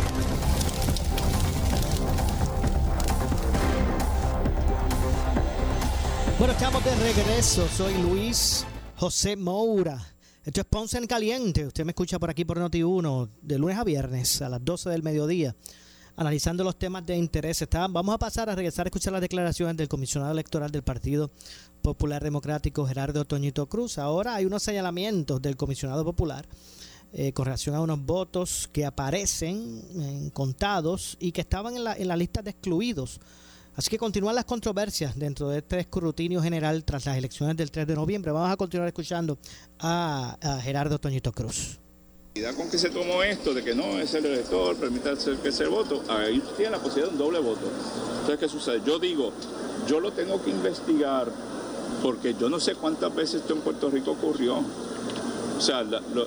Bueno, estamos de regreso. Soy Luis José Moura. Esto es Ponce en Caliente. Usted me escucha por aquí por Noti1 de lunes a viernes a las 12 del mediodía. analizando los temas de interés. Vamos a regresar a escuchar las declaraciones del comisionado electoral del Partido Popular Democrático, Gerardo Toñito Cruz. Ahora hay unos señalamientos del comisionado popular con relación a unos votos que aparecen contados y que estaban en la lista de excluidos. Así que continúan las controversias dentro de este escrutinio general tras las elecciones del 3 de noviembre. Vamos a continuar escuchando a Gerardo Toñito Cruz. Con que se tomó esto de que no es el elector, permite que sea el voto, ahí tiene la posibilidad de un doble voto. Entonces, ¿qué sucede? Yo digo, yo lo tengo que investigar porque yo no sé cuántas veces esto en Puerto Rico ocurrió. O sea,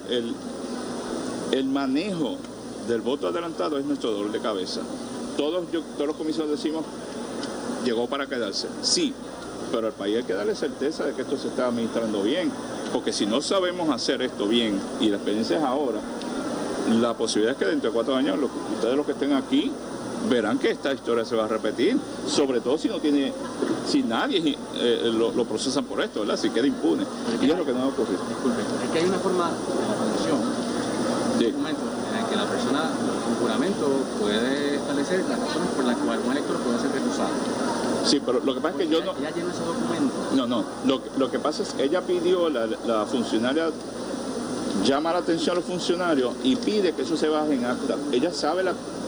el manejo del voto adelantado es nuestro dolor de cabeza. Todos los comisionados decimos, llegó para quedarse. Sí, pero al país hay que darle certeza de que esto se está administrando bien. Porque si no sabemos hacer esto bien, y la experiencia es ahora, la posibilidad es que dentro de 4 años ustedes los que estén aquí verán que esta historia se va a repetir, sobre todo si nadie lo procesan por esto, ¿verdad? Si queda impune. Y es lo que no va a ocurrir. Disculpe, es que hay una forma de la Constitución, un documento en el que la persona con juramento puede establecer las razones por las cuales un elector puede ser recusado. Sí, pero lo que pasa es que yo no... ¿Ella llenó ese documento? No. Lo que pasa es que ella pidió, la funcionaria llama la atención a los funcionarios y pide que eso se baje en acta. Ella sabe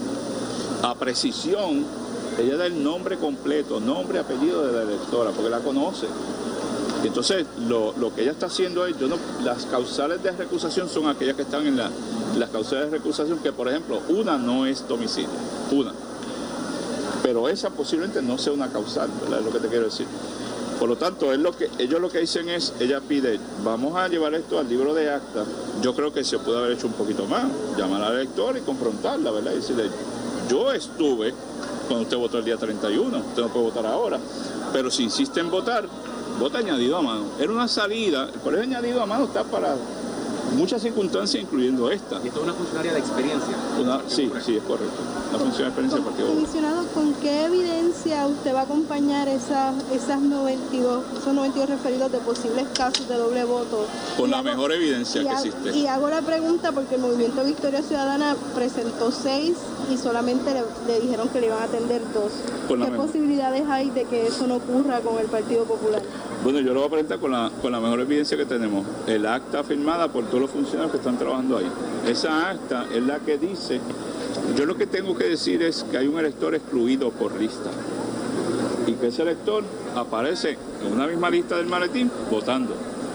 a precisión, ella da el nombre completo, nombre, apellido de la electora, porque la conoce. Entonces, lo que ella está haciendo es, las causales de recusación son aquellas que están en las causales de recusación, que por ejemplo, una no es domicilio, una. Pero esa posiblemente no sea una causal, ¿verdad? Es lo que te quiero decir. Por lo tanto, ellos lo que dicen es, ella pide, vamos a llevar esto al libro de acta. Yo creo que se puede haber hecho un poquito más, llamar al elector y confrontarla, ¿verdad? Y decirle, yo estuve cuando usted votó el día 31, usted no puede votar ahora, pero si insiste en votar, vota añadido a mano. Era una salida, el colegio añadido a mano está para muchas circunstancias, incluyendo esta. ¿Y esto es una funcionaria de experiencia? Sí, es correcto. Una función de experiencia del Partido Popular. Comisionado, ¿con qué evidencia usted va a acompañar esos 92 referidos de posibles casos de doble voto? Con la mejor evidencia que existe. Y hago la pregunta porque el Movimiento Victoria Ciudadana presentó 6 y solamente le dijeron que le iban a atender 2. ¿Qué posibilidades hay de que eso no ocurra con el Partido Popular? Bueno, yo lo voy a presentar con la mejor evidencia que tenemos. El acta firmada por todos los funcionarios que están trabajando ahí. Esa acta es la que dice, yo lo que tengo que decir es que hay un elector excluido por lista y que ese elector aparece en una misma lista del maletín votando.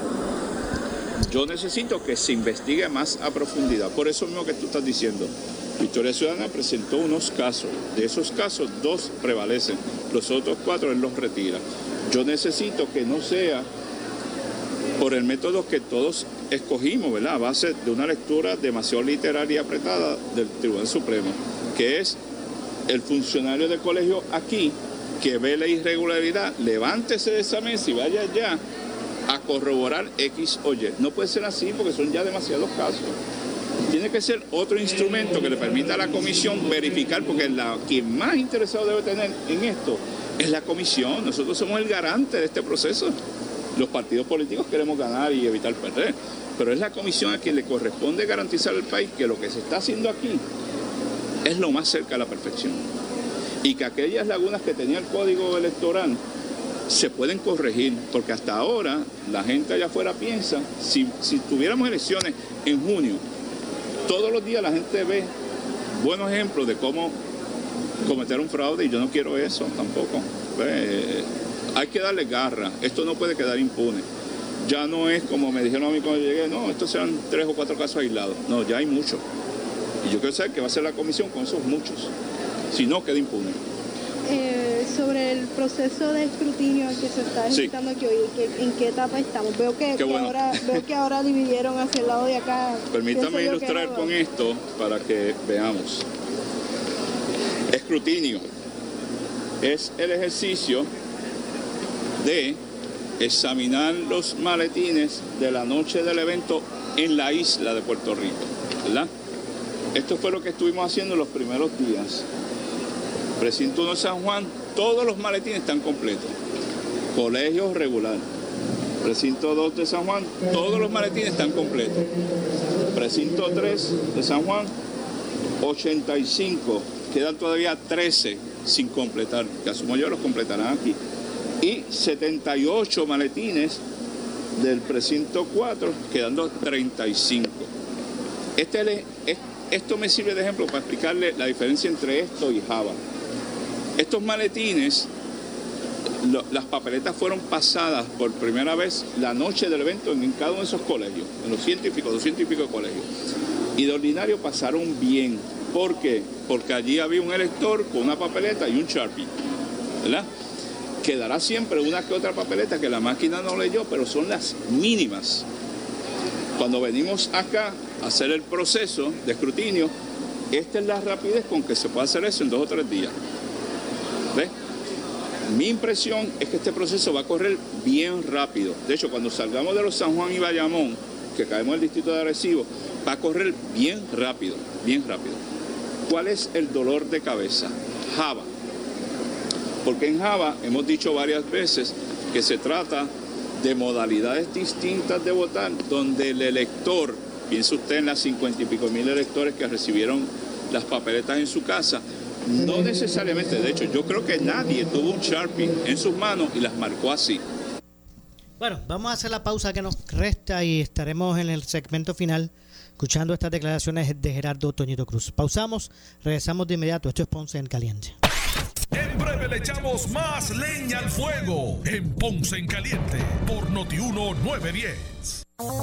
Yo necesito que se investigue más a profundidad. Por eso mismo que tú estás diciendo, Victoria Ciudadana presentó unos casos. De esos casos, 2 prevalecen. Los otros 4 él los retira. Yo necesito que no sea por el método que todos escogimos, ¿verdad? A base de una lectura demasiado literal y apretada del Tribunal Supremo, que es el funcionario del colegio aquí que ve la irregularidad, levántese de esa mesa y vaya allá a corroborar X o Y. No puede ser así porque son ya demasiados casos. Tiene que ser otro instrumento que le permita a la comisión verificar, porque quien más interesado debe tener en esto es la comisión. Nosotros somos el garante de este proceso. Los partidos políticos queremos ganar y evitar perder, pero es la comisión a quien le corresponde garantizar al país que lo que se está haciendo aquí es lo más cerca a la perfección y que aquellas lagunas que tenía el código electoral se pueden corregir, porque hasta ahora la gente allá afuera piensa, si tuviéramos elecciones en junio, todos los días la gente ve buenos ejemplos de cómo cometer un fraude y yo no quiero eso tampoco. Hay que darle garra, esto no puede quedar impune. Ya no es como me dijeron a mí cuando llegué, no, estos serán 3 o 4 casos aislados. No, ya hay muchos. Y yo quiero saber qué va a hacer la comisión con esos muchos. Si no, queda impune. Sobre el proceso de escrutinio que se está ejecutando aquí hoy, ¿en qué etapa estamos? Veo que ahora dividieron hacia el lado de acá. Permítame ilustrar con esto para que veamos. Escrutinio es el ejercicio de examinar los maletines de la noche del evento en la isla de Puerto Rico, ¿verdad? Esto fue lo que estuvimos haciendo los primeros días. Precinto 1 de San Juan, todos los maletines están completos. Colegio regular. Precinto 2 de San Juan, todos los maletines están completos. Precinto 3 de San Juan, 85 quedan todavía 13 sin completar, que asumo yo los completarán aquí, y 78 maletines del precinto 4, quedando 35. Esto me sirve de ejemplo para explicarle la diferencia entre esto y Java. Estos maletines, las papeletas fueron pasadas por primera vez la noche del evento en cada uno de esos colegios, en los 200 y pico colegios. Y de ordinario pasaron bien. ¿Por qué? Porque allí había un elector con una papeleta y un Sharpie, ¿verdad? Quedará siempre una que otra papeleta que la máquina no leyó, pero son las mínimas. Cuando venimos acá a hacer el proceso de escrutinio, esta es la rapidez con que se puede hacer eso en 2 o 3 días. ¿Ves? Mi impresión es que este proceso va a correr bien rápido. De hecho, cuando salgamos de los San Juan y Bayamón, que caemos en el distrito de Arecibo, va a correr bien rápido, bien rápido. ¿Cuál es el dolor de cabeza? Java. Porque en Java hemos dicho varias veces que se trata de modalidades distintas de votar, donde el elector, piensa usted en las 50 y pico mil electores que recibieron las papeletas en su casa, no necesariamente, de hecho, yo creo que nadie tuvo un Sharpie en sus manos y las marcó así. Bueno, vamos a hacer la pausa que nos resta y estaremos en el segmento final escuchando estas declaraciones de Gerardo Toñito Cruz. Pausamos, regresamos de inmediato. Esto es Ponce en Caliente. En breve le echamos más leña al fuego en Ponce en Caliente por Noti1 910.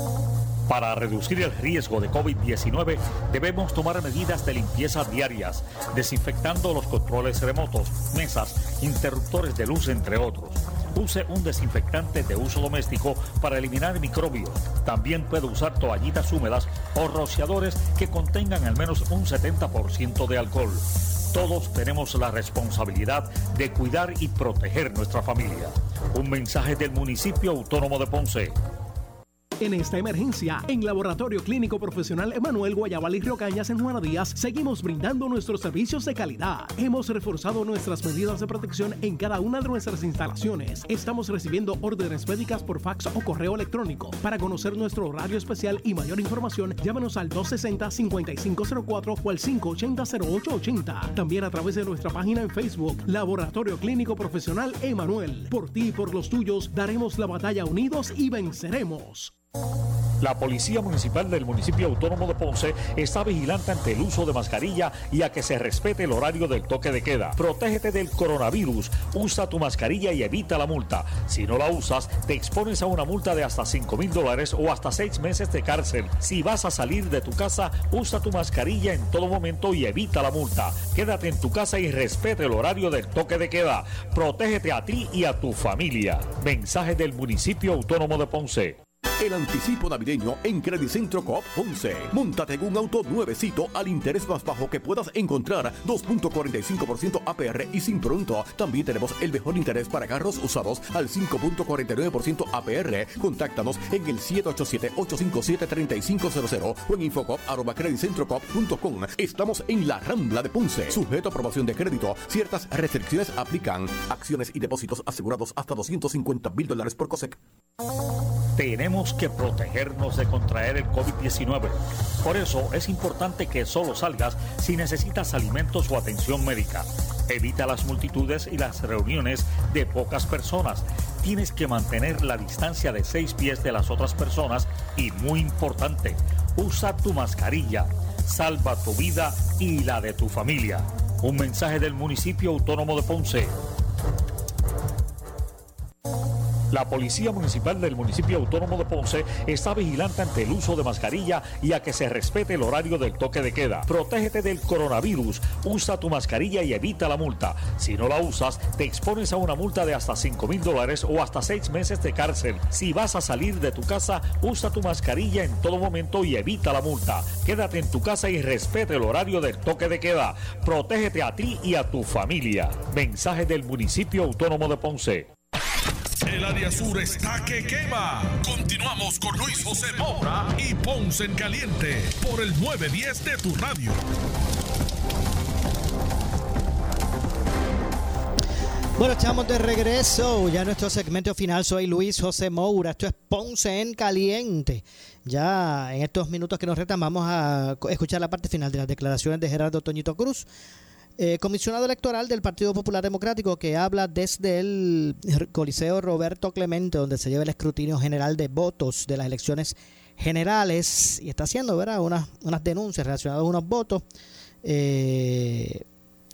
Para reducir el riesgo de COVID-19 debemos tomar medidas de limpieza diarias, desinfectando los controles remotos, mesas, interruptores de luz, entre otros. Use un desinfectante de uso doméstico para eliminar microbios. También puede usar toallitas húmedas o rociadores que contengan al menos un 70% de alcohol. Todos tenemos la responsabilidad de cuidar y proteger nuestra familia. Un mensaje del Municipio Autónomo de Ponce. En esta emergencia, en Laboratorio Clínico Profesional Emanuel Guayabal y Río Cañas en Juana Díaz, seguimos brindando nuestros servicios de calidad. Hemos reforzado nuestras medidas de protección en cada una de nuestras instalaciones. Estamos recibiendo órdenes médicas por fax o correo electrónico. Para conocer nuestro horario especial y mayor información, llámanos al 260-5504 o al 580-0880. También a través de nuestra página en Facebook, Laboratorio Clínico Profesional Emanuel. Por ti y por los tuyos, daremos la batalla unidos y venceremos. La Policía Municipal del Municipio Autónomo de Ponce está vigilante ante el uso de mascarilla y a que se respete el horario del toque de queda. Protégete del coronavirus. Usa tu mascarilla y evita la multa. Si no la usas, te expones a una multa de hasta $5,000 o hasta 6 meses de cárcel. Si vas a salir de tu casa, usa tu mascarilla en todo momento y evita la multa. Quédate en tu casa y respete el horario del toque de queda. Protégete a ti y a tu familia. Mensaje del Municipio Autónomo de Ponce. El anticipo navideño en Credicentro Coop Ponce. Móntate en un auto nuevecito al interés más bajo que puedas encontrar, 2.45% APR y sin pronto. También tenemos el mejor interés para carros usados al 5.49% APR. Contáctanos en el 787-857-3500 o en infocop@creditcentrocoop.com. Estamos en la Rambla de Ponce. Sujeto a aprobación de crédito. Ciertas restricciones aplican. Acciones y depósitos asegurados hasta $250,000 por COSEC. Tenemos que protegernos de contraer el COVID-19. Por eso es importante que solo salgas si necesitas alimentos o atención médica. Evita las multitudes y las reuniones de pocas personas. Tienes que mantener la distancia de 6 pies de las otras personas y, muy importante, usa tu mascarilla. Salva tu vida y la de tu familia. Un mensaje del Municipio Autónomo de Ponce. La Policía Municipal del Municipio Autónomo de Ponce está vigilante ante el uso de mascarilla y a que se respete el horario del toque de queda. Protégete del coronavirus. Usa tu mascarilla y evita la multa. Si no la usas, te expones a una multa de hasta $5,000 o hasta 6 meses de cárcel. Si vas a salir de tu casa, usa tu mascarilla en todo momento y evita la multa. Quédate en tu casa y respete el horario del toque de queda. Protégete a ti y a tu familia. Mensaje del Municipio Autónomo de Ponce. El área sur está que quema. Continuamos con Luis José Moura y Ponce en Caliente por el 910 de tu radio. Bueno, estamos de regreso. Ya en nuestro segmento final. Soy Luis José Moura. Esto es Ponce en Caliente. Ya en estos minutos que nos restan vamos a escuchar la parte final de las declaraciones de Gerardo Toñito Cruz. Comisionado electoral del Partido Popular Democrático que habla desde el Coliseo Roberto Clemente, donde se lleva el escrutinio general de votos de las elecciones generales, y está haciendo, ¿verdad?, unas denuncias relacionadas a unos votos que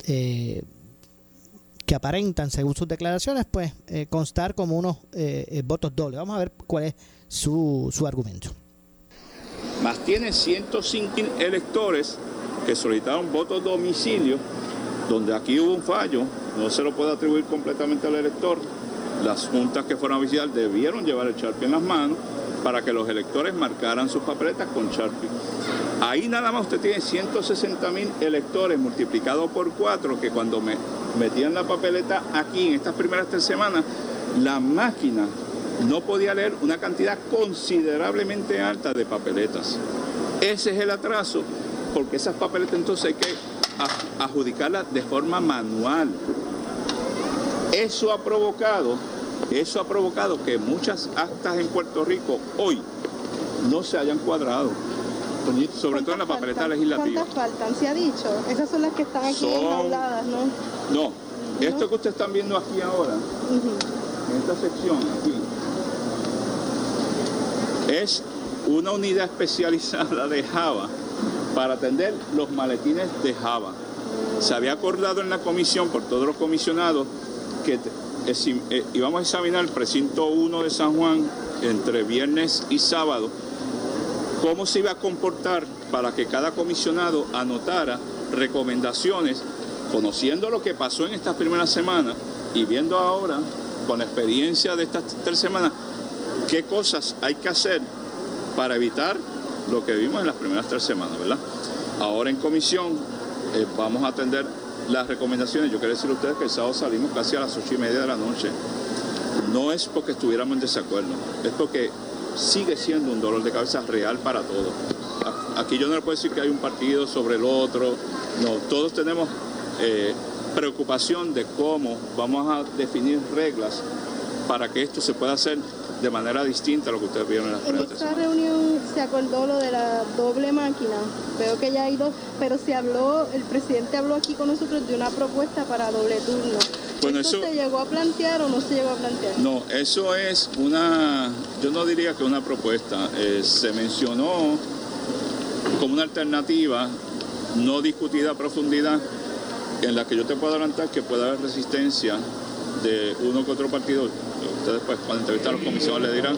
aparentan, según sus declaraciones, pues constar como unos votos dobles. Vamos a ver cuál es su argumento. Más tiene 105 electores que solicitaron votos de domicilio, donde aquí hubo un fallo, no se lo puede atribuir completamente al elector. Las juntas que fueron a visitar debieron llevar el Sharpie en las manos para que los electores marcaran sus papeletas con Sharpie. Ahí nada más usted tiene 160,000 electores multiplicados por 4, que cuando metían la papeleta aquí en estas primeras 3 semanas, la máquina no podía leer una cantidad considerablemente alta de papeletas. Ese es el atraso, porque esas papeletas entonces hay que adjudicarlas de forma manual. Eso ha provocado que muchas actas en Puerto Rico hoy no se hayan cuadrado, sobre todo en la papeleta legislativa. ¿Cuántas faltan? ¿Se ha dicho? Esas son las que están aquí enjauladas, ¿no? No, esto que ustedes están viendo aquí ahora, en esta sección aquí, es una unidad especializada de Java para atender los maletines de Java. Se había acordado en la comisión por todos los comisionados que íbamos a examinar el precinto 1 de San Juan entre viernes y sábado, cómo se iba a comportar para que cada comisionado anotara recomendaciones, conociendo lo que pasó en estas primeras semanas y viendo ahora, con la experiencia de estas 3 semanas, qué cosas hay que hacer para evitar lo que vimos en las primeras 3 semanas, ¿verdad? Ahora en comisión vamos a atender las recomendaciones. Yo quiero decirle a ustedes que el sábado salimos casi a las 8:30 de la noche. No es porque estuviéramos en desacuerdo, es porque sigue siendo un dolor de cabeza real para todos. Aquí yo no le puedo decir que hay un partido sobre el otro, no, todos tenemos preocupación de cómo vamos a definir reglas para que esto se pueda hacer de manera distinta a lo que ustedes vieron en las primeras semanas. En esta reunión se acordó lo de la doble máquina. Veo que ya hay 2, pero el presidente habló aquí con nosotros de una propuesta para doble turno. Bueno, ¿Eso se llegó a plantear o no se llegó a plantear? No, eso es yo no diría que una propuesta. Se mencionó como una alternativa no discutida a profundidad, en la que yo te puedo adelantar que puede haber resistencia de uno que otro partido. Ustedes pues cuando entrevistan a los comisionados le dirán.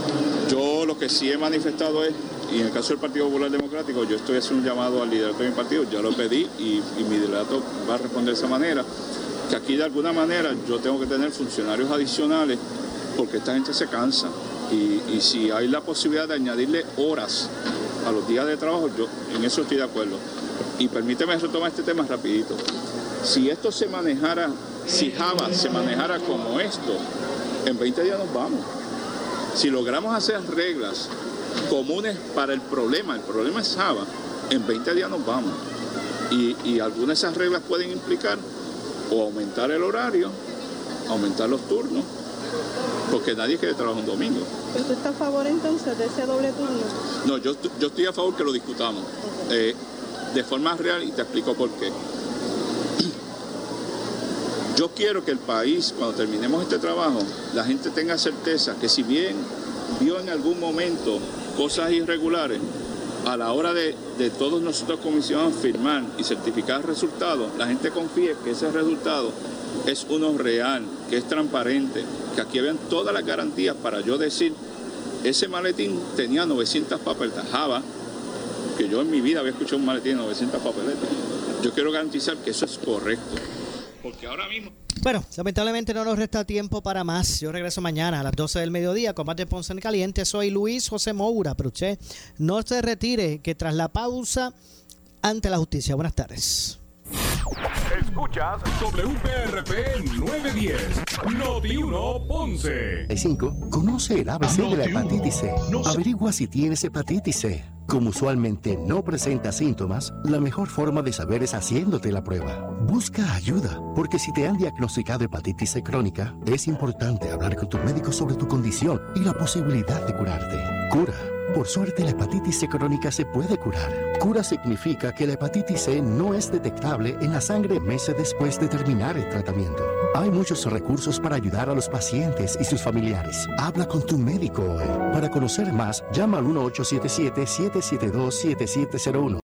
Yo lo que sí he manifestado es, y en el caso del Partido Popular Democrático, yo estoy haciendo un llamado al liderato de mi partido, ya lo pedí y mi liderato va a responder de esa manera, que aquí de alguna manera yo tengo que tener funcionarios adicionales porque esta gente se cansa y si hay la posibilidad de añadirle horas a los días de trabajo, yo en eso estoy de acuerdo. Y permíteme retomar este tema rapidito. Si esto se manejara, si Java se manejara como esto, en 20 días nos vamos. Si logramos hacer reglas comunes para el problema es Java, en 20 días nos vamos. Y algunas de esas reglas pueden implicar o aumentar el horario, aumentar los turnos, porque nadie quiere trabajar un domingo. ¿Pero tú estás a favor entonces de ese doble turno? No, yo estoy a favor que lo discutamos de forma real y te explico por qué. Yo quiero que el país, cuando terminemos este trabajo, la gente tenga certeza que si bien vio en algún momento cosas irregulares, a la hora de todos nosotros comisionados firmar y certificar resultados, la gente confíe que ese resultado es uno real, que es transparente, que aquí habían todas las garantías para yo decir, ese maletín tenía 900 papeletas. Java, que yo en mi vida había escuchado un maletín de 900 papeletas. Yo quiero garantizar que eso es correcto. Porque ahora mismo... Bueno, lamentablemente no nos resta tiempo para más. Yo regreso mañana a las 12 del mediodía con más de Ponce en Caliente. Soy Luis José Moura, pero usted no se retire, que tras la pausa, ante la justicia. Buenas tardes. Escuchas WPRP 910, Noti1 Ponce. 5. Conoce el ABC de la hepatitis C. Averigua si tienes hepatitis C. Como usualmente no presenta síntomas, la mejor forma de saber es haciéndote la prueba. Busca ayuda, porque si te han diagnosticado hepatitis C crónica, es importante hablar con tu médico sobre tu condición y la posibilidad de curarte. Cura Por suerte, la hepatitis C crónica se puede curar. Cura significa que la hepatitis C no es detectable en la sangre meses después de terminar el tratamiento. Hay muchos recursos para ayudar a los pacientes y sus familiares. Habla con tu médico hoy. Para conocer más, llama al 1877-772-7701.